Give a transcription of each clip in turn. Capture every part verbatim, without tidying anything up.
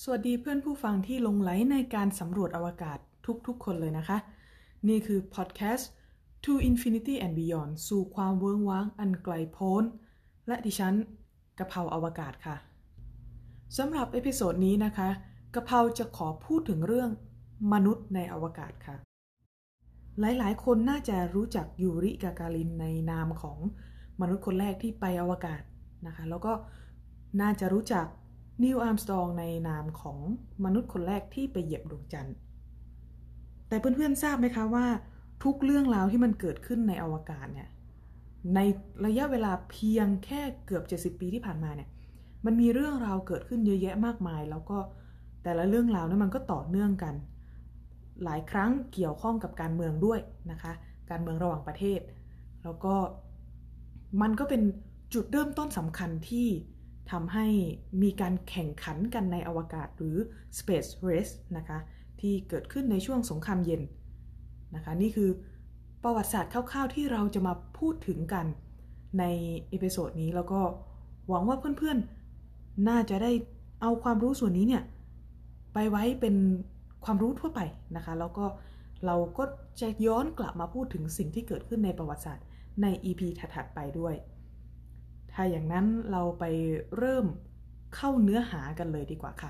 สวัสดีเพื่อนผู้ฟังที่หลงใหลในการสำรวจอวกาศทุกๆคนเลยนะคะนี่คือพอดแคสต์ To Infinity and Beyond สู่ความเวิ้งว้างอันไกลโพ้นและดิฉันกะเพราอวกาศค่ะสำหรับเอพิโซดนี้นะคะกะเพราจะขอพูดถึงเรื่องมนุษย์ในอวกาศค่ะหลายๆคนน่าจะรู้จักยูริกากาลินในนามของมนุษย์คนแรกที่ไปอวกาศนะคะแล้วก็น่าจะรู้จักนิล อาร์มสตรองในนามของมนุษย์คนแรกที่ไปเหยียบดวงจันทร์แต่เพื่อนๆทราบไหมคะว่าทุกเรื่องราวที่มันเกิดขึ้นในอวกาศเนี่ยในระยะเวลาเพียงแค่เกือบเจ็ดสิบปีที่ผ่านมาเนี่ยมันมีเรื่องราวเกิดขึ้นเยอะแยะมากมายแล้วก็แต่ละเรื่องราวนั้นมันก็ต่อเนื่องกันหลายครั้งเกี่ยวข้องกับการเมืองด้วยนะคะการเมืองระหว่างประเทศแล้วก็มันก็เป็นจุดเริ่มต้นสำคัญที่ทำให้มีการแข่งขันกันในอวกาศหรือ Space Race นะคะที่เกิดขึ้นในช่วงสงครามเย็นนะคะนี่คือประวัติศาสตร์คร่าวๆที่เราจะมาพูดถึงกันในเอพิโซดนี้แล้วก็หวังว่าเพื่อนๆน่าจะได้เอาความรู้ส่วนนี้เนี่ยไปไว้เป็นความรู้ทั่วไปนะคะแล้วก็เราก็จะย้อนกลับมาพูดถึงสิ่งที่เกิดขึ้นในประวัติศาสตร์ใน อี พี ถัดๆไปด้วยถ้าอย่างนั้นเราไปเริ่มเข้าเนื้อหากันเลยดีกว่าค่ะ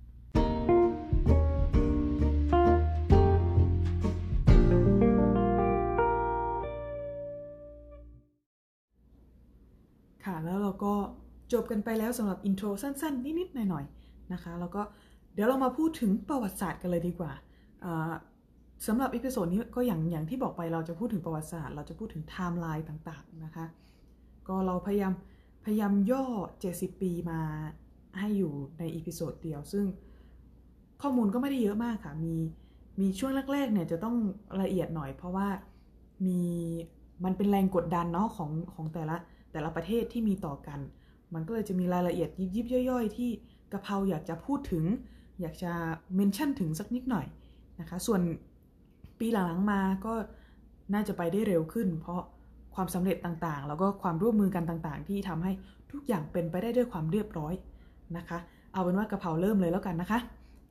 ค่ะแล้วเราก็จบกันไปแล้วสำหรับอินโทรสั้นๆนิดๆหน่อยๆนะคะแล้วก็เดี๋ยวเรามาพูดถึงประวัติศาสตร์กันเลยดีกว่าสำหรับอีพิโซดนี้ก็อย่างอย่างที่บอกไปเราจะพูดถึงประวัติศาสตร์เราจะพูดถึงไทม์ไลน์ต่างๆนะคะก็เราพยายามพยายามย่อเจ็ดสิบปีมาให้อยู่ในอีพิโซดเดียวซึ่งข้อมูลก็ไม่ได้เยอะมากค่ะมีมีช่วงแรกๆเนี่ยจะต้องละเอียดหน่อยเพราะว่ามีมันเป็นแรงกดดันเนาะของของแต่ละแต่ละประเทศที่มีต่อกันมันก็เลยจะมีรายละเอียดยิบๆย่อยๆที่กะเพราอยากจะพูดถึงอยากจะเมนชั่นถึงสักนิดหน่อยนะคะส่วนปีหลังๆมาก็น่าจะไปได้เร็วขึ้นเพราะความสำเร็จต่างๆแล้วก็ความร่วมมือกันต่างๆที่ทำให้ทุกอย่างเป็นไปได้ด้วยความเรียบร้อยนะคะเอาเป็นว่ากะเพราเริ่มเลยแล้วกันนะคะ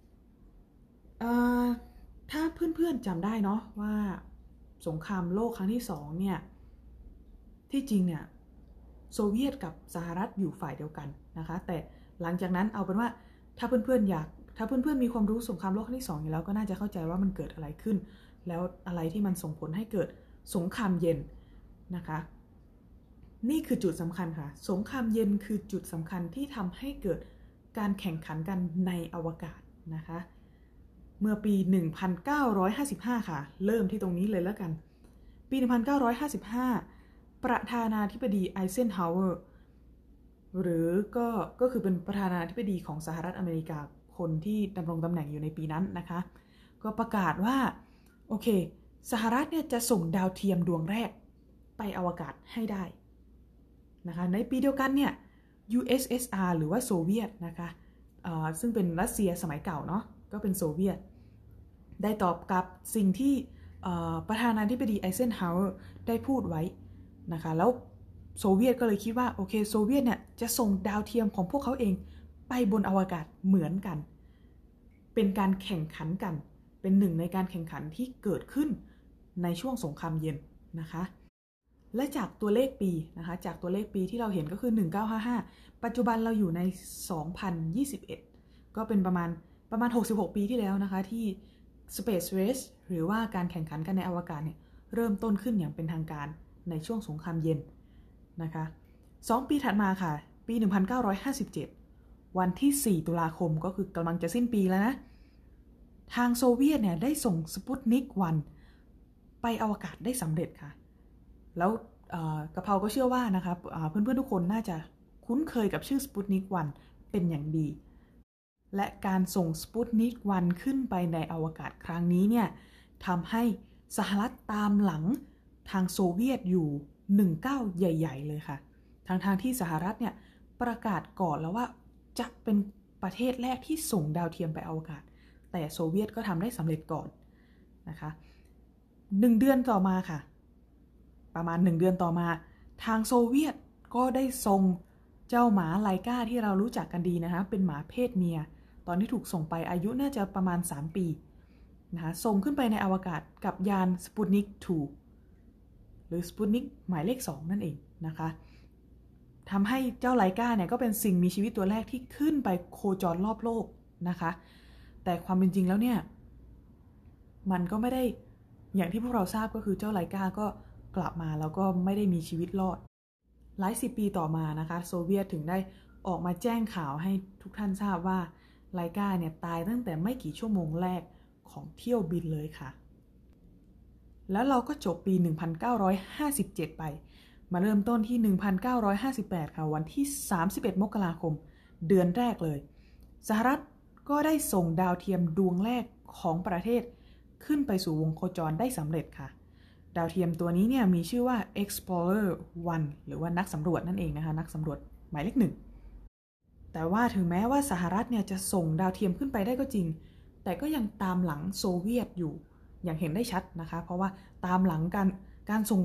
ถ้าเพื่อนๆจำได้เนาะว่าสงครามโลกครั้งที่สองเนี่ยที่จริงเนี่ยโซเวียตกับสหรัฐอยู่ฝ่ายเดียวกันนะคะแต่หลังจากนั้นเอาเป็นว่าถ้าเพื่อนๆอยากถ้าเพื่อนๆมีความรู้สงครามโลกครั้งที่สองอยู่แล้วก็น่าจะเข้าใจว่ามันเกิดอะไรขึ้นแล้วอะไรที่มันส่งผลให้เกิดสงครามเย็นนะคะนี่คือจุดสำคัญค่ะสงครามเย็นคือจุดสำคัญที่ทำให้เกิดการแข่งขันกันในอวกาศนะคะเมื่อปีหนึ่งพันเก้าร้อยห้าสิบห้าค่ะเริ่มที่ตรงนี้เลยแล้วกันปีหนึ่งพันเก้าร้อยห้าสิบห้าประธานาธิบดีไอเซนฮาวเวอร์หรือก็ก็คือเป็นประธานาธิบดีของสหรัฐอเมริกาคนที่ดำรงตำแหน่งอยู่ในปีนั้นนะคะก็ประกาศว่าโอเคสหรัฐเนี่ยจะส่งดาวเทียมดวงแรกไปอวกาศให้ได้นะคะในปีเดียวกันเนี่ย ยู เอส เอส อาร์ หรือว่าโซเวียตนะคะซึ่งเป็นรัสเซียสมัยเก่าเนาะก็เป็นโซเวียตได้ตอบกับสิ่งที่ประธานาธิบดีไอเซนฮาวเวอร์ได้พูดไว้นะคะแล้วโซเวียตก็เลยคิดว่าโอเคโซเวียตเนี่ยจะส่งดาวเทียมของพวกเขาเองไปบนอวกาศเหมือนกันเป็นการแข่งขันกันเป็นหนึ่งในการแข่งขันที่เกิดขึ้นในช่วงสงครามเย็นนะคะและจากตัวเลขปีนะคะจากตัวเลขปีที่เราเห็นก็คือหนึ่งพันเก้าร้อยห้าสิบห้าปัจจุบันเราอยู่ในสองพันยี่สิบเอ็ดก็เป็นประมาณประมาณหกสิบหกปีที่แล้วนะคะที่ Space Race หรือว่าการแข่งขันกันในอวกาศเนี่ยเริ่มต้นขึ้นอย่างเป็นทางการในช่วงสงครามเย็นนะคะสองปีถัดมาค่ะปีหนึ่งพันเก้าร้อยห้าสิบเจ็ดวันที่สี่ตุลาคมก็คือกำลังจะสิ้นปีแล้วนะทางโซเวียตเนี่ยได้ส่งสปุตนิกวันไปอวกาศได้สำเร็จค่ะแล้วกะเพราก็เชื่อว่านะคะเพื่อนๆทุกคนน่าจะคุ้นเคยกับชื่อสปุตนิกวันเป็นอย่างดีและการส่งสปุตนิกวันขึ้นไปในอวกาศครั้งนี้เนี่ยทำให้สหรัฐตามหลังทางโซเวียตอยู่หนึ่งเก้าใหญ่ๆเลยค่ะทางทางที่สหรัฐเนี่ยประกาศก่อนแล้วว่าจะเป็นประเทศแรกที่ส่งดาวเทียมไปอวกาศแต่โซเวียตก็ทำได้สำเร็จก่อนนะคะหนึ่งเดือนต่อมาค่ะประมาณหนึ่งเดือนต่อมาทางโซเวียตก็ได้ส่งเจ้าหมาไลกาที่เรารู้จักกันดีนะคะเป็นหมาเพศเมียตอนที่ถูกส่งไปอายุน่าจะประมาณสามปีนะคะส่งขึ้นไปในอวกาศกับยานสปุตนิกทูหรือสปุตนิกหมายเลขสองนั่นเองนะคะทำให้เจ้าไลกาเนี่ยก็เป็นสิ่งมีชีวิตตัวแรกที่ขึ้นไปโคจรรอบโลกนะคะแต่ความเป็นจริงแล้วเนี่ยมันก็ไม่ได้อย่างที่พวกเราทราบก็คือเจ้าไลกาก็กลับมาแล้วก็ไม่ได้มีชีวิตรอดหลายสิบปีต่อมานะคะโซเวียตถึงได้ออกมาแจ้งข่าวให้ทุกท่านทราบว่าไลกาเนี่ยตายตั้งแต่ไม่กี่ชั่วโมงแรกของเที่ยวบินเลยค่ะแล้วเราก็จบปีหนึ่งพันเก้าร้อยห้าสิบเจ็ดไปมาเริ่มต้นที่หนึ่งพันเก้าร้อยห้าสิบแปดค่ะวันที่สามสิบเอ็ดมกราคมเดือนแรกเลยสหรัฐก็ได้ส่งดาวเทียมดวงแรกของประเทศขึ้นไปสู่วงโคจรได้สำเร็จค่ะดาวเทียมตัวนี้เนี่ยมีชื่อว่า Explorer วัน หรือว่านักสำรวจนั่นเองนะคะนักสำรวจหมายเลขหนึ่งแต่ว่าถึงแม้ว่าสหรัฐเนี่ยจะส่งดาวเทียมขึ้นไปได้ก็จริงแต่ก็ยังตามหลังโซเวียตอยู่อย่างเห็นได้ชัดนะคะเพราะว่าตามหลังการการส่ง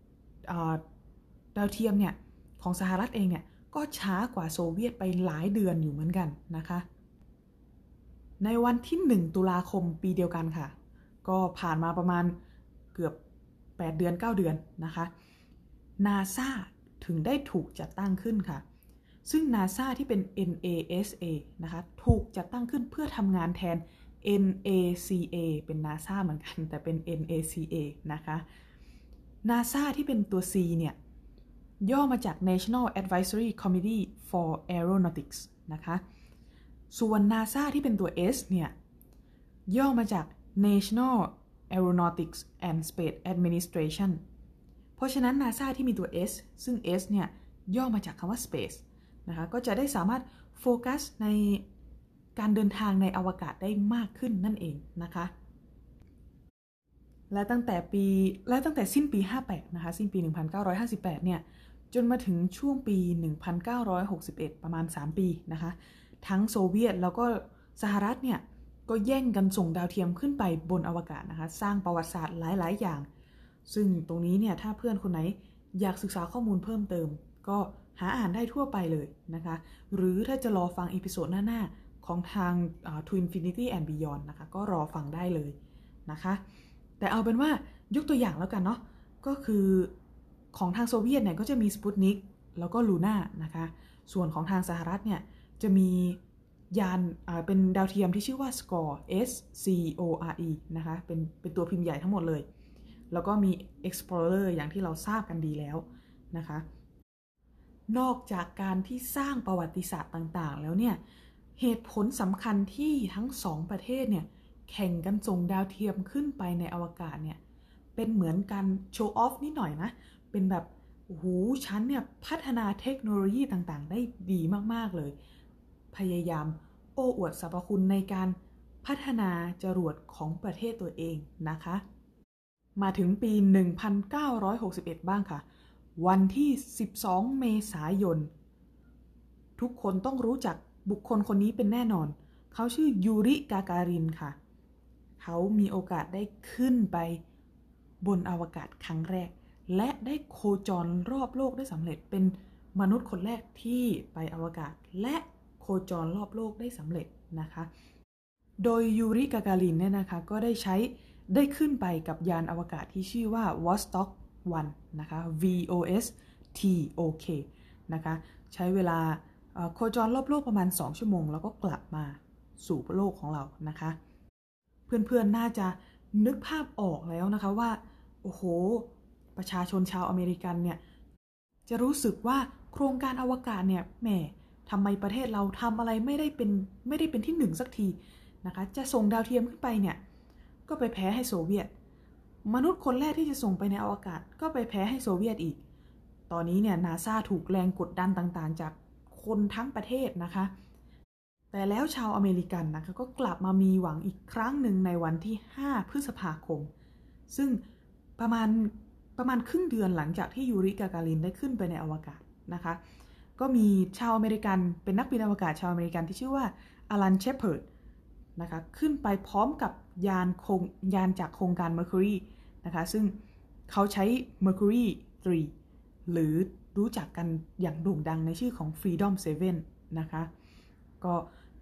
ดาวเทียมเนี่ยของสหรัฐเองเนี่ยก็ช้ากว่าโซเวียตไปหลายเดือนอยู่เหมือนกันนะคะในวันที่หนึ่งตุลาคมปีเดียวกันค่ะก็ผ่านมาประมาณเกือบแปดเดือนเก้าเดือนนะคะ NASA ถึงได้ถูกจัดตั้งขึ้นค่ะซึ่ง NASA ที่เป็น เอ็น เอ เอส เอ นะคะถูกจัดตั้งขึ้นเพื่อทำงานแทน เอ็น เอ ซี เอ เป็น NASA เหมือนกันแต่เป็น เอ็น เอ ซี เอ นะคะ NASA ที่เป็นตัว C เนี่ยย่อมาจาก National Advisory Committee for Aeronautics นะคะส่วน NASA ที่เป็นตัว S เนี่ยย่อมาจาก National Aeronautics and Space Administration เพราะฉะนั้น NASA ที่มีตัว S ซึ่ง S เนี่ยย่อมาจากคำว่า Space นะคะก็จะได้สามารถโฟกัสในการเดินทางในอวกาศได้มากขึ้นนั่นเองนะคะและตั้งแต่ปีและตั้งแต่สิ้นปีห้าแปดนะคะสิ้นปีหนึ่งพันเก้าร้อยห้าสิบแปดเนี่ยจนมาถึงช่วงปีหนึ่งพันเก้าร้อยหกสิบเอ็ดประมาณสามปีนะคะทั้งโซเวียตแล้วก็สหรัฐเนี่ยก็แย่งกันส่งดาวเทียมขึ้นไปบนอวกาศนะคะสร้างประวัติศาสตร์หลายๆอย่างซึ่งตรงนี้เนี่ยถ้าเพื่อนคนไหนอยากศึกษาข้อมูลเพิ่มเติมก็หาอ่านได้ทั่วไปเลยนะคะหรือถ้าจะรอฟังอีพิโซดหน้าๆของทาง uh, To Infinity and Beyond นะคะก็รอฟังได้เลยนะคะแต่เอาเป็นว่ายกตัวอย่างแล้วกันเนาะก็คือของทางโซเวียตเนี่ยก็จะมีสปุตนิกแล้วก็ลูน่านะคะส่วนของทางสหรัฐเนี่ยจะมียานเป็นดาวเทียมที่ชื่อว่า Score S C O R E นะคะเป็นเป็นตัวพิมพ์ใหญ่ทั้งหมดเลยแล้วก็มี Explorer อย่างที่เราทราบกันดีแล้วนะคะนอกจากการที่สร้างประวัติศาสตร์ต่างๆแล้วเนี่ยเหตุผลสำคัญที่ทั้งสองประเทศเนี่ยแข่งกันส่งดาวเทียมขึ้นไปในอวกาศเนี่ยเป็นเหมือนการโชว์ออฟนิดหน่อยนะเป็นแบบโอ้โหฉันเนี่ยพัฒนาเทคโนโลยีต่างๆได้ดีมากๆเลยพยายามโอ้อวดสรรพคุณในการพัฒนาจรวดของประเทศตัวเองนะคะมาถึงปีหนึ่งพันเก้าร้อยหกสิบเอ็ดบ้างค่ะวันที่สิบสองเมษายนทุกคนต้องรู้จักบุคคลคนนี้เป็นแน่นอนเขาชื่อยูริกาการินค่ะเขามีโอกาสได้ขึ้นไปบนอวกาศครั้งแรกและได้โคจรรอบโลกได้สำเร็จเป็นมนุษย์คนแรกที่ไปอวกาศและโคจรรอบโลกได้สำเร็จนะคะโดยยูริกาการินเนี่ยนะคะก็ได้ใช้ได้ขึ้นไปกับยานอวกาศที่ชื่อว่า Vostok วันนะคะ V O S T O K นะคะใช้เวลาโคจรรอบโลกประมาณสองชั่วโมงแล้วก็กลับมาสู่โลกของเรานะคะเพื่อนๆน่าจะนึกภาพออกแล้วนะคะว่าโอ้โหประชาชนชาวอเมริกันเนี่ยจะรู้สึกว่าโครงการอวกาศเนี่ยแหมทำไมประเทศเราทำอะไรไม่ได้เป็นไม่ได้เป็นที่หนึ่งสักทีนะคะจะส่งดาวเทียมขึ้นไปเนี่ยก็ไปแพ้ให้โซเวียตมนุษย์คนแรกที่จะส่งไปในอวกาศก็ไปแพ้ให้โซเวียตอีกตอนนี้เนี่ย NASA ถูกแรงกดดันต่างๆจากคนทั้งประเทศนะคะแต่แล้วชาวอเมริกันนะคะก็กลับมามีหวังอีกครั้งหนึ่งในวันที่ห้าพฤษภาคมซึ่งประมาณประมาณครึ่งเดือนหลังจากที่ยูริกาการินได้ขึ้นไปในอวกาศนะคะก็มีชาวอเมริกันเป็นนักบินอวกาศชาวอเมริกันที่ชื่อว่าอลันเชพเพิร์ดนะคะขึ้นไปพร้อมกับยานโครงยานจากโครงการ Mercury นะคะซึ่งเขาใช้ Mercury สามหรือรู้จักกันอย่างโด่งดังในชื่อของ Freedom เซเว่นนะคะก็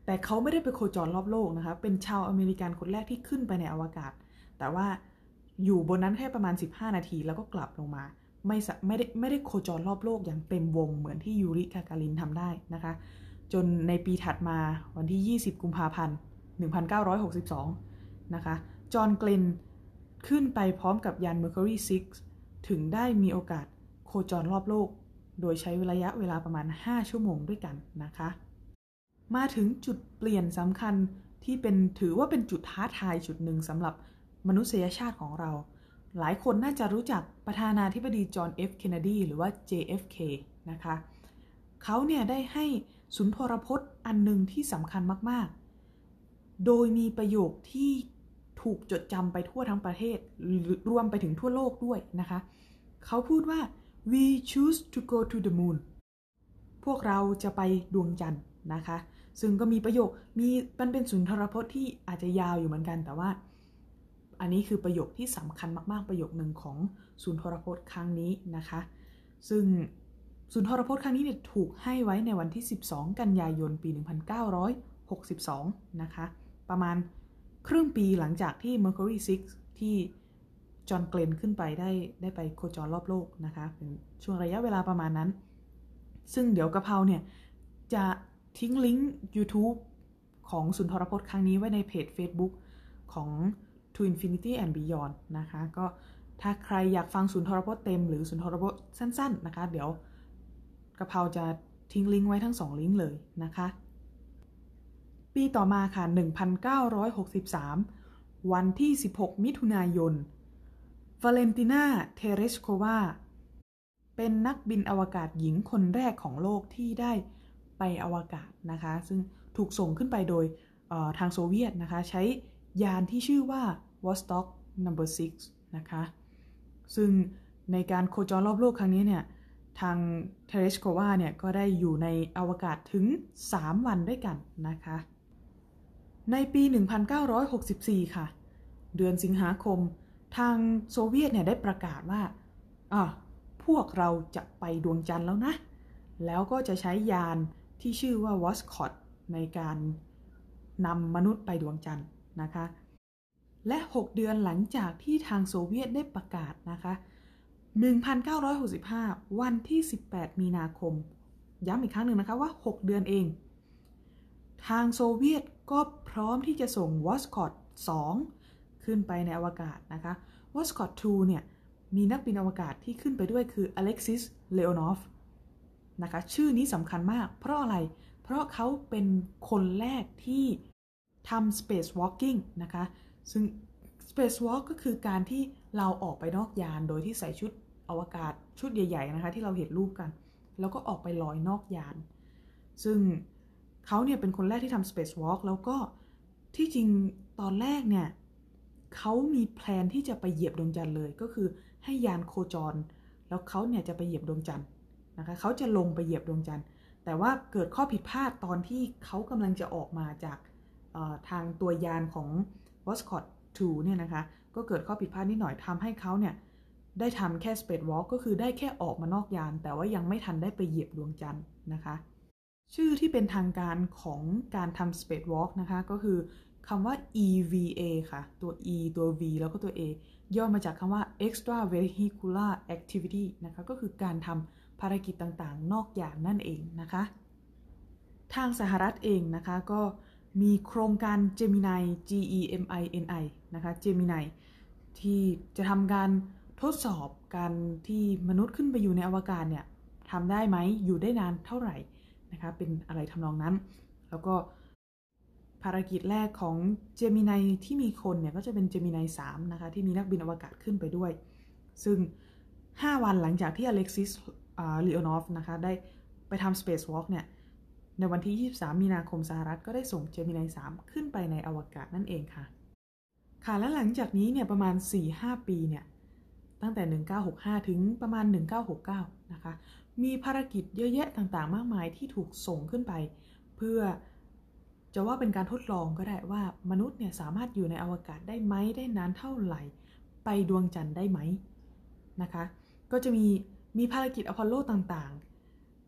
แต่เขาไม่ได้ไปโคจรรอบโลกนะคะเป็นชาวอเมริกันคนแรกที่ขึ้นไปในอวกาศแต่ว่าอยู่บนนั้นแค่ประมาณสิบห้านาทีแล้วก็กลับลงมาไม่ไม่ได้ไม่ได้โคจรรอบโลกอย่างเต็มวงเหมือนที่ยูริกาการินทำได้นะคะจนในปีถัดมาวันที่ยี่สิบกุมภาพันธ์หนึ่งพันเก้าร้อยหกสิบสองนะคะจอห์นเกลนขึ้นไปพร้อมกับยาน Mercury ซิกซ์ถึงได้มีโอกาสโคจรรอบโลกโดยใช้ระยะเวลาประมาณห้าชั่วโมงด้วยกันนะคะมาถึงจุดเปลี่ยนสำคัญที่เป็นถือว่าเป็นจุดท้าทายจุดหนึ่งสำหรับมนุษยชาติของเราหลายคนน่าจะรู้จักประธานาธิบดีจอห์น เอฟ เคนเนดีหรือว่า เจ เอฟ เค นะคะเขาเนี่ยได้ให้สุนทรพจน์อันหนึ่งที่สำคัญมากๆโดยมีประโยคที่ถูกจดจำไปทั่วทั้งประเทศรวมไปถึงทั่วโลกด้วยนะคะเขาพูดว่า we choose to go to the moon พวกเราจะไปดวงจันทร์นะคะซึ่งก็มีประโยคมีมันเป็นสุนทรพจน์ที่อาจจะยาวอยู่เหมือนกันแต่ว่าอันนี้คือประโยคที่สำคัญมากๆประโยคหนึ่งของสุนทรพจน์ครั้งนี้นะคะซึ่งสุนทรพจน์ครั้งนี้เนี่ยถูกให้ไว้ในวันที่สิบสองกันยายนปีหนึ่งพันเก้าร้อยหกสิบสองนะคะประมาณครึ่งปีหลังจากที่ Mercury ซิกซ์ที่จอห์นเกลนขึ้นไปได้ได้ไปโคจรรอบโลกนะคะเป็นช่วงระยะเวลาประมาณนั้นซึ่งเดี๋ยวกะเพราเนี่ยจะทิ้งลิงก์ YouTube ของสุนทรพจน์ครั้งนี้ไว้ในเพจ Facebook ของ To Infinity and Beyond นะคะก็ถ้าใครอยากฟังสุนทรพจน์เต็มหรือสุนทรพจน์สั้นๆนะคะเดี๋ยวกะเพราจะทิ้งลิงก์ไว้ทั้งสองลิงก์เลยนะคะปีต่อมาค่ะหนึ่งพันเก้าร้อยหกสิบสามวันที่สิบหกมิถุนายนวาเลนตินาเทเรสโควาเป็นนักบินอวกาศหญิงคนแรกของโลกที่ได้ไปอวกาศนะคะซึ่งถูกส่งขึ้นไปโดยทางโซเวียตนะคะใช้ยานที่ชื่อว่า Vostok นัมเบอร์ ซิกซ์ นะคะซึ่งในการโคจรรอบโลกครั้งนี้เนี่ยทางเทเรสโควาเนี่ยก็ได้อยู่ในอวกาศถึงสามวันด้วยกันนะคะในปีหนึ่งพันเก้าร้อยหกสิบสี่ค่ะเดือนสิงหาคมทางโซเวียตเนี่ยได้ประกาศว่าอ่ะพวกเราจะไปดวงจันทร์แล้วนะแล้วก็จะใช้ยานที่ชื่อว่า Voskhod ในการนำมนุษย์ไปดวงจันทร์นะคะและหกเดือนหลังจากที่ทางโซเวียตได้ประกาศนะคะหนึ่งพันเก้าร้อยหกสิบห้าวันที่สิบแปดมีนาคมย้ำอีกครั้งหนึ่งนะคะว่าหกเดือนเองทางโซเวียตก็พร้อมที่จะส่ง Voskhod สองขึ้นไปในอวกาศนะคะ Voskhod สองเนี่ยมีนักบินอวกาศที่ขึ้นไปด้วยคืออเล็กซิส เลโอนอฟนะคะชื่อนี้สำคัญมากเพราะอะไรเพราะเขาเป็นคนแรกที่ทำ space walking นะคะซึ่ง space walk ก็คือการที่เราออกไปนอกยานโดยที่ใส่ชุดอวกาศชุดใหญ่ๆนะคะที่เราเห็นรูปกันแล้วก็ออกไปลอยนอกยานซึ่งเขาเนี่ยเป็นคนแรกที่ทำ space walk แล้วก็ที่จริงตอนแรกเนี่ยเขามีแพลนที่จะไปเหยียบดวงจันทร์เลยก็คือให้ยานโคจรแล้วเขาเนี่ยจะไปเหยียบดวงจันทร์นะคะเขาจะลงไปเหยียบดวงจันทร์แต่ว่าเกิดข้อผิดพลาดตอนที่เขากำลังจะออกมาจากทางตัวยานของ Voskhod สองเนี่ยนะคะก็เกิดข้อผิดพลาดนิดหน่อยทำให้เขาเนี่ยได้ทำแค่ space walk ก็คือได้แค่ออกมานอกยานแต่ว่ายังไม่ทันได้ไปเหยียบดวงจันทร์นะคะชื่อที่เป็นทางการของการทำ space walk นะคะก็คือคำว่า อี วี เอ ค่ะตัว E ตัว V แล้วก็ตัว A ย่อมาจากคำว่า extra vehicular activity นะคะก็คือการทำภารกิจต่างๆนอกยานนั่นเองนะคะทางสหรัฐเองนะคะก็มีโครงการ Gemini จี อี เอ็ม ไอ เอ็น ไอ นะคะ Gemini ที่จะทำการทดสอบการที่มนุษย์ขึ้นไปอยู่ในอวกาศเนี่ยทำได้ไหมอยู่ได้นานเท่าไหร่นะคะเป็นอะไรทำนองนั้นแล้วก็ภารกิจแรกของ Gemini ที่มีคนเนี่ยก็จะเป็น Gemini สามนะคะที่มีนักบินอวกาศขึ้นไปด้วยซึ่งห้าวันหลังจากที่อเล็กซิส เลโอนอฟนะคะได้ไปทำ Space Walk เนี่ยในวันที่ยี่สิบสามมีนาคมสหรัฐก็ได้ส่ง Gemini สามขึ้นไปในอวกาศนั่นเองค่ะค่ะและหลังจากนี้เนี่ยประมาณ สี่ถึงห้า ปีเนี่ยตั้งแต่หนึ่งพันเก้าร้อยหกสิบห้าถึงประมาณหนึ่งพันเก้าร้อยหกสิบเก้านะคะมีภารกิจเยอะแยะต่างๆมากมายที่ถูกส่งขึ้นไปเพื่อจะว่าเป็นการทดลองก็ได้ว่ามนุษย์เนี่ยสามารถอยู่ในอวกาศได้ไหมได้นานเท่าไหร่ไปดวงจันทร์ได้ไหมนะคะก็จะมีมีภารกิจอพอลโลต่างๆ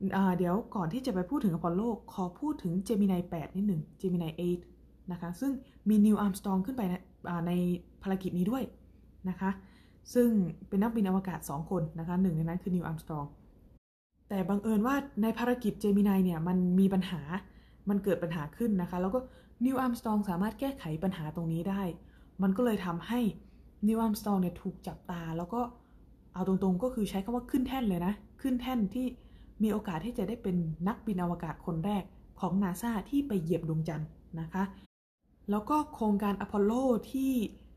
เดี๋ยวก่อนที่จะไปพูดถึงอพอลโลขอพูดถึงเจมินายแปดนิดหนึ่งเจมินายแปดนะคะซึ่งมีนิวอาร์มสตรองขึ้นไปในภารกิจนี้ด้วยนะคะซึ่งเป็นนักบินอวกาศสองคนนะคะหนึ่งในนั้นคือนิวอาร์มสตรองแต่บังเอิญว่าในภารกิจเจมินายเนี่ยมันมีปัญหามันเกิดปัญหาขึ้นนะคะแล้วก็นิวอาร์มสตรองสามารถแก้ไขปัญหาตรงนี้ได้มันก็เลยทำให้นิวอาร์มสตรองเนี่ยถูกจับตาแล้วก็เอาตรงๆก็คือใช้คำว่าขึ้นแท่นเลยนะขึ้นแท่นที่มีโอกาสที่จะได้เป็นนักบินอวกาศคนแรกของ นาซ่า ที่ไปเหยียบดวงจันทร์นะคะแล้วก็โครงการอพอลโลที่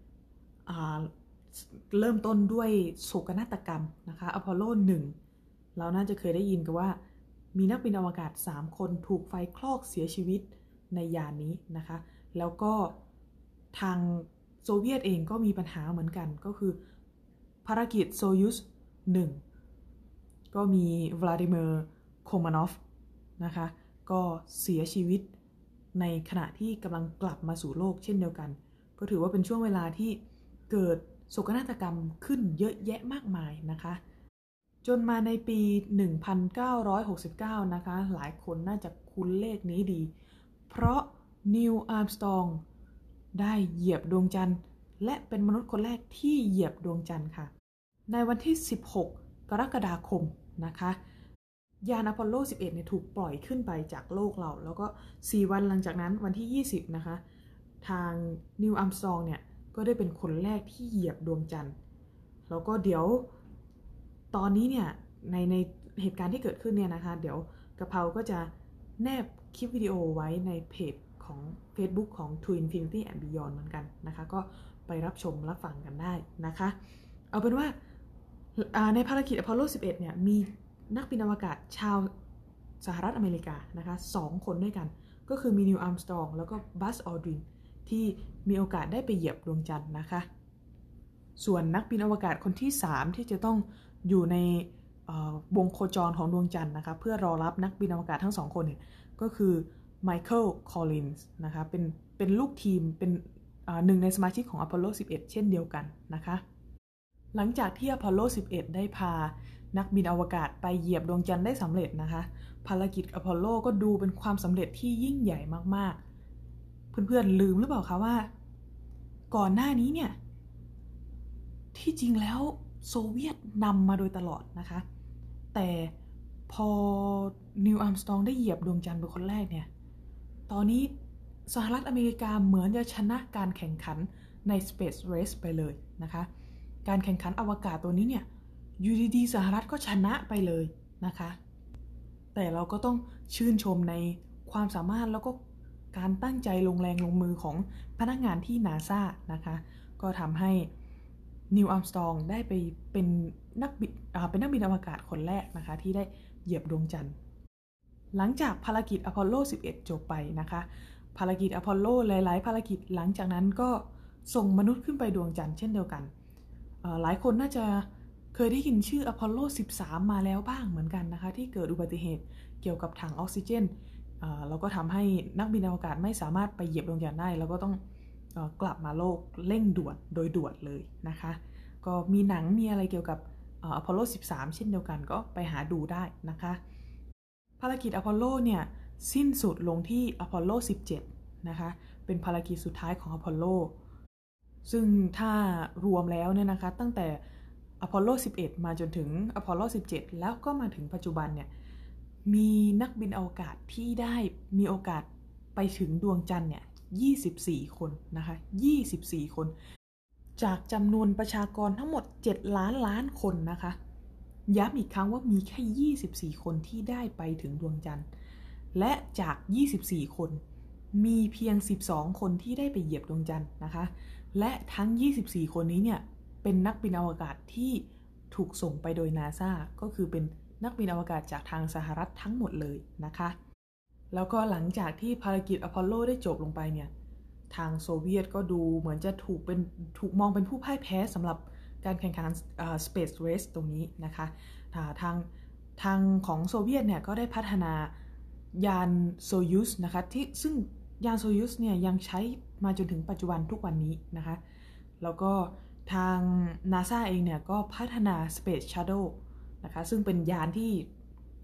เริ่มต้นด้วยโศกนาฏกรรมนะคะอพอลโลหนึ่งเราน่าจะเคยได้ยินกันว่ามีนักบินอวกาศสามคนถูกไฟคลอกเสียชีวิตในยานนี้นะคะแล้วก็ทางโซเวียตเองก็มีปัญหาเหมือนกันก็คือภารกิจโซยุสหนึ่งก็มีวลาดิเมียร์โคมานอฟนะคะก็เสียชีวิตในขณะที่กำลังกลับมาสู่โลกเช่นเดียวกันก็ถือว่าเป็นช่วงเวลาที่เกิดโศกนาฏกรรมขึ้นเยอะแยะมากมายนะคะจนมาในปีหนึ่งพันเก้าร้อยหกสิบเก้านะคะหลายคนน่าจะคุ้นเลขนี้ดีเพราะนิวอาร์มสตรองได้เหยียบดวงจันทร์และเป็นมนุษย์คนแรกที่เหยียบดวงจันทร์ค่ะในวันที่สิบหกกรกฎาคมนะคะยานอพอลโลสิบเอ็ดเนี่ยถูกปล่อยขึ้นไปจากโลกเราแล้วก็สี่วันหลังจากนั้นวันที่ยี่สิบนะคะทางนิวอาร์มสตรองเนี่ยก็ได้เป็นคนแรกที่เหยียบดวงจันทร์แล้วก็เดี๋ยวตอนนี้เนี่ยในในเหตุการณ์ที่เกิดขึ้นเนี่ยนะคะเดี๋ยวกะเพราก็จะแนบคลิปวิดีโอไว้ในเพจของ Facebook ของ To Infinity and Beyond เหมือนกันนะคะก็ไปรับชมรับฟังกันได้นะคะเอาเป็นว่าในภารกิจอพอลโลสิบเอ็ดเนี่ยมีนักบินอวกาศชาวสหรัฐอเมริกานะคะสองคนด้วยกันก็คือมีนิวอาร์มสตรองแล้วก็บัสออลดรินที่มีโอกาสได้ไปเหยียบดวงจันทร์นะคะส่วนนักบินอวกาศคนที่สามที่จะต้องอยู่ในวงโคจรของดวงจันทร์นะคะเพื่อรอรับนักบินอวกาศทั้งสองคนเนี่ยก็คือไมเคิลคอลลินส์นะคะเป็นเป็นลูกทีมเป็นหนึ่งในสมาชิกของอพอลโลสิบเอ็ดเช่นเดียวกันนะคะหลังจากที่อพอลโลสิบเอ็ดได้พานักบินอวกาศไปเหยียบดวงจันทร์ได้สำเร็จนะคะภารกิจอพอลโลก็ดูเป็นความสำเร็จที่ยิ่งใหญ่มากๆเพื่อนๆลืมหรือเปล่าคะว่าก่อนหน้านี้เนี่ยที่จริงแล้วโซเวียตนำมาโดยตลอดนะคะแต่พอนิวอาร์มสตรองได้เหยียบดวงจันทร์เป็นคนแรกเนี่ยตอนนี้สหรัฐอเมริกาเหมือนจะชนะการแข่งขันใน Space Race ไปเลยนะคะการแข่งขันอวกาศตัวนี้เนี่ยอยู่ดีๆสหรัฐก็ชนะไปเลยนะคะแต่เราก็ต้องชื่นชมในความสามารถแล้วก็การตั้งใจลงแรงลงมือของพนักงานที่ นาซ่า นะคะก็ทำให้นิวอาร์มสตรองได้ไปเป็นนักบินเป็นนักบินอวกาศคนแรกนะคะที่ได้เหยียบดวงจันทร์หลังจากภารกิจอพอลโลสิบเอ็ดจบไปนะคะภารกิจอพอลโลหลายๆภารกิจหลังจากนั้นก็ส่งมนุษย์ขึ้นไปดวงจันทร์เช่นเดียวกันหลายคนน่าจะเคยได้ยินชื่ออพอลโลสิบสามมาแล้วบ้างเหมือนกันนะคะที่เกิดอุบัติเหตุเกี่ยวกับถังออกซิเจนแล้วก็ทำให้นักบินอวกาศไม่สามารถไปเหยียบดวงจันทร์ได้แล้วก็ต้องกลับมาโลกเร่งด่วนโดยด่วนเลยนะคะก็มีหนังมีอะไรเกี่ยวกับอพอลโลสิบสามเช่นเดียวกันก็ไปหาดูได้นะคะภารกิจอพอลโลเนี่ยสิ้นสุดลงที่อพอลโลสิบเจ็ดนะคะเป็นภารกิจสุดท้ายของอพอลโลซึ่งถ้ารวมแล้วเนี่ยนะคะตั้งแต่อพอลโลสิบเอ็ดมาจนถึงอพอลโลสิบเจ็ดแล้วก็มาถึงปัจจุบันเนี่ยมีนักบินอวกาศที่ได้มีโอกาสไปถึงดวงจันทร์เนี่ยยี่สิบสี่คนนะคะยี่สิบสี่คนจากจำนวนประชากรทั้งหมดเจ็ดล้านล้านคนนะคะย้ำอีกครั้งว่ามีแค่ยี่สิบสี่คนที่ได้ไปถึงดวงจันทร์และจากยี่สิบสี่คนมีเพียงสิบสองคนที่ได้ไปเหยียบดวงจันทร์นะคะและทั้งยี่สิบสี่คนนี้เนี่ยเป็นนักบินอวกาศที่ถูกส่งไปโดย นาซ่า ก็คือเป็นนักบินอวกาศจากทางสหรัฐทั้งหมดเลยนะคะแล้วก็หลังจากที่ภารกิจอพอลโลได้จบลงไปเนี่ยทางโซเวียตก็ดูเหมือนจะถูกเป็นถูกมองเป็นผู้พ่ายแพ้สำหรับการแข่งขัน Space Race ตรงนี้นะคะทางทางของโซเวียตเนี่ยก็ได้พัฒนายานโซยูสนะคะที่ซึ่งยานโซยูสเนี่ยยังใช้มาจนถึงปัจจุบันทุกวันนี้นะคะแล้วก็ทาง นาซ่า เองเนี่ยก็พัฒนา Space Shuttle นะคะซึ่งเป็นยานที่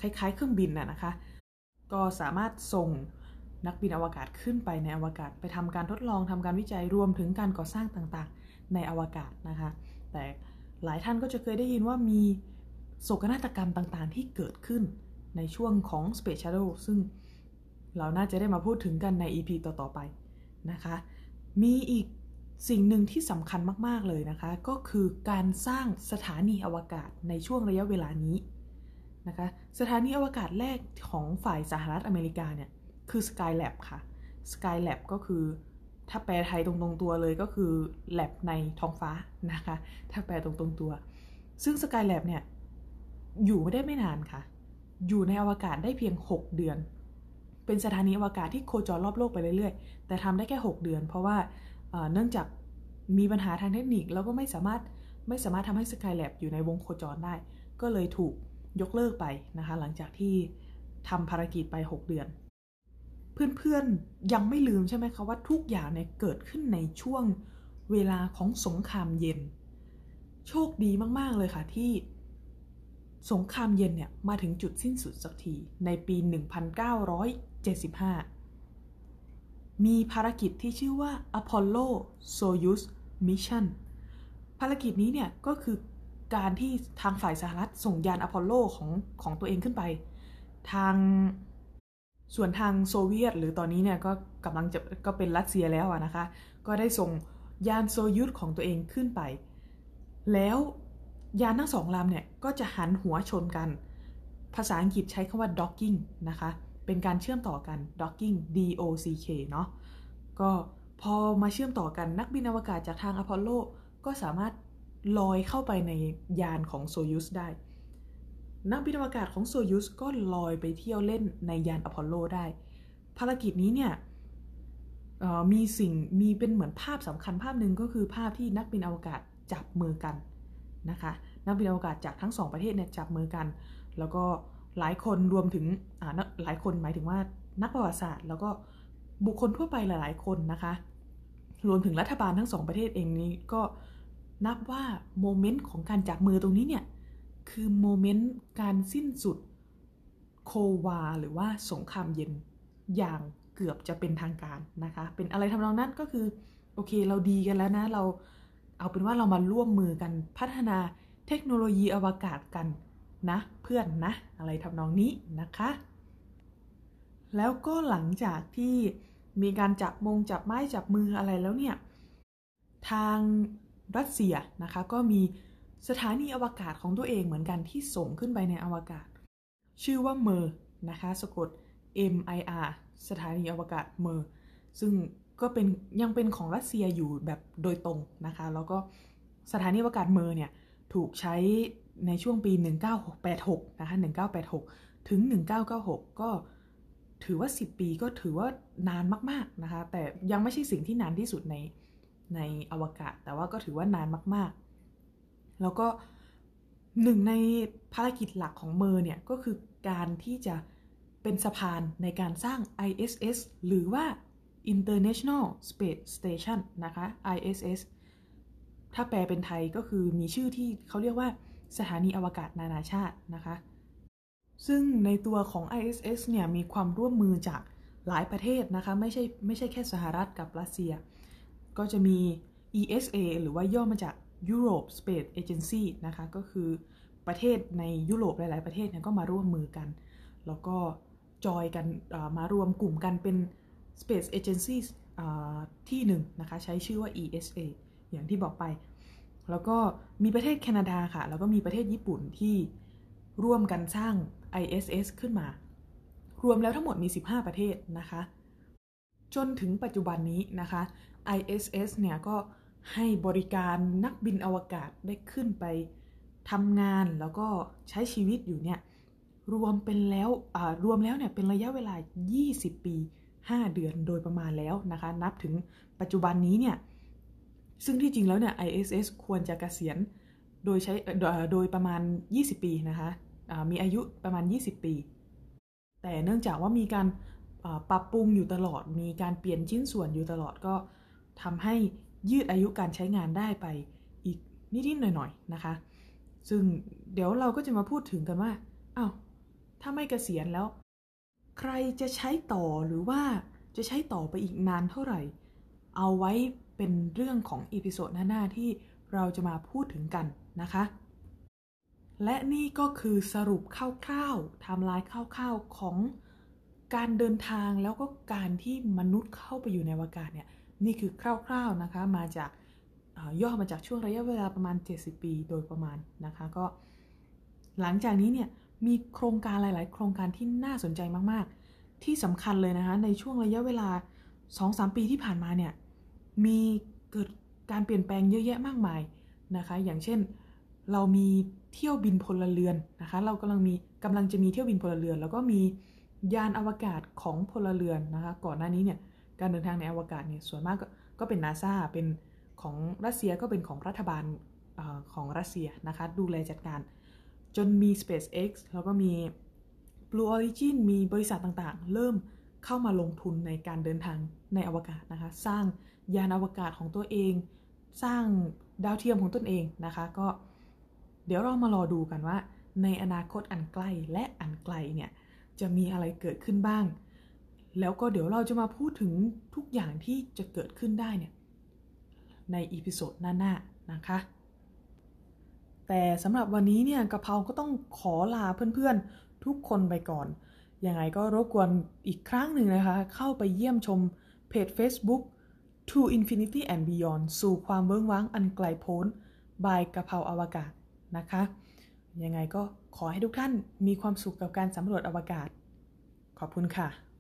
คล้ายๆเครื่องบินน่ะนะคะก็สามารถส่งนักบินอวกาศขึ้นไปในอวกาศไปทำการทดลองทำการวิจัยรวมถึงการก่อสร้างต่างๆในอวกาศนะคะแต่หลายท่านก็จะเคยได้ยินว่ามีโศกนาฏกรรมต่างๆที่เกิดขึ้นในช่วงของ Space Shuttle ซึ่งเราน่าจะได้มาพูดถึงกันใน อี พี ต่อๆไปนะคะมีอีกสิ่งหนึ่งที่สำคัญมากๆเลยนะคะก็คือการสร้างสถานีอวกาศในช่วงระยะเวลานี้นะคะสถานีอวกาศแรกของฝ่ายสหรัฐอเมริกาเนี่ยคือ Skylab ค่ะ Skylab ก็คือถ้าแปลไทยตรงๆตัวเลยก็คือ lab ในท้องฟ้านะคะถ้าแปลตรงๆตัวซึ่ง Skylab เนี่ยอยู่ไม่ได้ไม่นานค่ะอยู่ในอวกาศได้เพียงหกเดือนเป็นสถานีอวกาศที่โคจรรอบโลกไปเรื่อยๆแต่ทำได้แค่หกเดือนเพราะว่าเนื่องจากมีปัญหาทางเทคนิคแล้วก็ไม่สามารถไม่สามารถทำให้ Skylab อยู่ในวงโคจรได้ก็เลยถูกยกเลิกไปนะคะหลังจากที่ทำภารกิจไปหกเดือนเพื่อนๆยังไม่ลืมใช่ไหมคะว่าทุกอย่างเนี่ยเกิดขึ้นในช่วงเวลาของสงครามเย็นโชคดีมากๆเลยค่ะที่สงครามเย็นเนี่ยมาถึงจุดสิ้นสุดสักทีในปีหนึ่งพันเก้าร้อยเจ็ดสิบห้ามีภารกิจที่ชื่อว่า Apollo Soyuz Mission ภารกิจนี้เนี่ยก็คือการที่ทางฝ่ายสหรัฐส่งยานอพอลโลของของตัวเองขึ้นไปทางส่วนทางโซเวียตหรือตอนนี้เนี่ยก็กำลังจะก็เป็นรัสเซียแล้วนะคะก็ได้ส่งยานโซยุสของตัวเองขึ้นไปแล้วยานทั้งสองลำเนี่ยก็จะหันหัวชนกันภาษาอังกฤษใช้คำว่า docking นะคะเป็นการเชื่อมต่อกัน docking D O C K เนาะก็พอมาเชื่อมต่อกันนักบินอวกาศจากทางอพอลโลก็สามารถลอยเข้าไปในยานของโซยุสได้นักบินอวกาศของโซยุสก็ลอยไปเที่ยวเล่นในยานอพอลโลได้ภารกิจนี้เนี่ยมีสิ่งมีเป็นเหมือนภาพสำคัญภาพหนึ่งก็คือภาพที่นักบินอวกาศจับมือกันนะคะนักบินอวกาศจากทั้งสองประเทศเนี่ยจับมือกันแล้วก็หลายคนรวมถึงหลายคนหมายถึงว่านักประวัติศาสตร์แล้วก็บุคคลทั่วไปหลายๆคนนะคะรวมถึงรัฐบาลทั้งสองประเทศเองนี้ก็นับว่าโมเมนต์ของการจับมือตรงนี้เนี่ยคือโมเมนต์การสิ้นสุดโควาหรือว่าสงครามเย็นอย่างเกือบจะเป็นทางการนะคะเป็นอะไรทำนองนั้นก็คือโอเคเราดีกันแล้วนะเราเอาเป็นว่าเรามาร่วมมือกันพัฒนาเทคโนโลยีอวกาศกันนะเพื่อนนะอะไรทำนองนี้นะคะแล้วก็หลังจากที่มีการจับมงจับไม้จับมืออะไรแล้วเนี่ยทางรัสเซียนะคะก็มีสถานีอวกาศของตัวเองเหมือนกันที่ส่งขึ้นไปในอวกาศชื่อว่าเมอร์นะคะสะกด M I R สถานีอวกาศเมอร์ซึ่งก็เป็นยังเป็นของรัสเซียอยู่แบบโดยตรงนะคะแล้วก็สถานีอวกาศเมอร์เนี่ยถูกใช้ในช่วงปีหนึ่งพันเก้าร้อยแปดสิบหกนะคะหนึ่งพันเก้าร้อยแปดสิบหกถึงหนึ่งพันเก้าร้อยเก้าสิบหกก็ถือว่าสิบปีก็ถือว่านานมากๆนะคะแต่ยังไม่ใช่สิ่งที่นานที่สุดในในอวกาศแต่ว่าก็ถือว่านานมากๆแล้วก็หนึ่งในภารกิจหลักของเมอร์เนี่ยก็คือการที่จะเป็นสะพานในการสร้าง ไอ เอส เอส หรือว่า International Space Station นะคะ ไอ เอส เอส ถ้าแปลเป็นไทยก็คือมีชื่อที่เขาเรียกว่าสถานีอวกาศนานาชาตินะคะซึ่งในตัวของ ไอ เอส เอส เนี่ยมีความร่วมมือจากหลายประเทศนะคะไม่ใช่ไม่ใช่แค่สหรัฐกับรัสเซียก็จะมี อี เอส เอ หรือว่าย่อมาจาก Europe Space Agency นะคะก็คือประเทศในยุโรปหลายๆประเทศเนี่ยก็มาร่วมมือกันแล้วก็จอยกันมารวมกลุ่มกันเป็น Space Agency ที่หนึ่งนะคะใช้ชื่อว่า อี เอส เอ อย่างที่บอกไปแล้วก็มีประเทศแคนาดาค่ะแล้วก็มีประเทศญี่ปุ่นที่ร่วมกันสร้าง ไอ เอส เอส ขึ้นมารวมแล้วทั้งหมดมีสิบห้าประเทศนะคะจนถึงปัจจุบันนี้นะคะ ไอ เอส เอส เนี่ยก็ให้บริการนักบินอวกาศได้ขึ้นไปทำงานแล้วก็ใช้ชีวิตอยู่เนี่ยรวมเป็นแล้วรวมแล้วเนี่ยเป็นระยะเวลายี่สิบปีห้าเดือนโดยประมาณแล้วนะคะนับถึงปัจจุบันนี้เนี่ยซึ่งที่จริงแล้วเนี่ย ไอ เอส เอส ควรจะเกษียณโดยใช้โดยประมาณยี่สิบปีนะคะมีอายุประมาณยี่สิบปีแต่เนื่องจากว่ามีการปรับปรุงอยู่ตลอดมีการเปลี่ยนชิ้นส่วนอยู่ตลอดก็ทำให้ยืดอายุการใช้งานได้ไปอีกนิดๆหน่อยๆนะคะซึ่งเดี๋ยวเราก็จะมาพูดถึงกันว่าอ้าวถ้าไม่เกษียณแล้วใครจะใช้ต่อหรือว่าจะใช้ต่อไปอีกนานเท่าไหร่เอาไว้เป็นเรื่องของอีพิโซดหน้าๆที่เราจะมาพูดถึงกันนะคะและนี่ก็คือสรุปคร่าวๆไทม์ไลน์คร่าวๆของการเดินทางแล้วก็การที่มนุษย์เข้าไปอยู่ในอวกาศเนี่ยนี่คือคร่าวๆนะคะมาจากย่อมาจากช่วงระยะเวลาประมาณเจ็ดสิบปีโดยประมาณนะคะก็หลังจากนี้เนี่ยมีโครงการหลายๆโครงการที่น่าสนใจมากๆที่สำคัญเลยนะคะในช่วงระยะเวลา สองถึงสาม ปีที่ผ่านมาเนี่ยมีเกิดการเปลี่ยนแปลงเยอะแยะมากมายนะคะอย่างเช่นเรามีเที่ยวบินพลเรือนนะคะเรากำลังมีกำลังจะมีเที่ยวบินพลเรือนแล้วก็มียานอวกาศของพลเรือนนะคะก่อนหน้านี้เนี่ยการเดินทางในอวกาศเนี่ยส่วนมาก ก, ก็เป็น NASA เป็นของรัสเซียก็เป็นของรัฐบาลอของรัสเซียนะคะดูแลจัดการจนมี SpaceX แล้วก็มี Blue Origin มีบริษัทต่างๆเริ่มเข้ามาลงทุนในการเดินทางในอวกาศนะคะสร้างยานอวกาศของตัวเองสร้างดาวเทียมของตนเองนะคะก็เดี๋ยวเรามารอดูกันว่าในอนาคตอันใกล้และอันไกลเนี่ยจะมีอะไรเกิดขึ้นบ้างแล้วก็เดี๋ยวเราจะมาพูดถึงทุกอย่างที่จะเกิดขึ้นได้เนี่ยในอีพิโซดหน้าๆนะคะแต่สำหรับวันนี้เนี่ยกะเพราก็ต้องขอลาเพื่อนๆทุกคนไปก่อนยังไงก็รบกวนอีกครั้งหนึ่งนะคะเข้าไปเยี่ยมชมเพจ Facebook To Infinity and Beyond สู่ความเวิ้งว้างอันไกลโพ้น by กะเพราอวกาศนะคะยังไงก็ขอให้ทุกท่านมีความสุขกับการสำรวจอวกาศขอบคุณค่ะ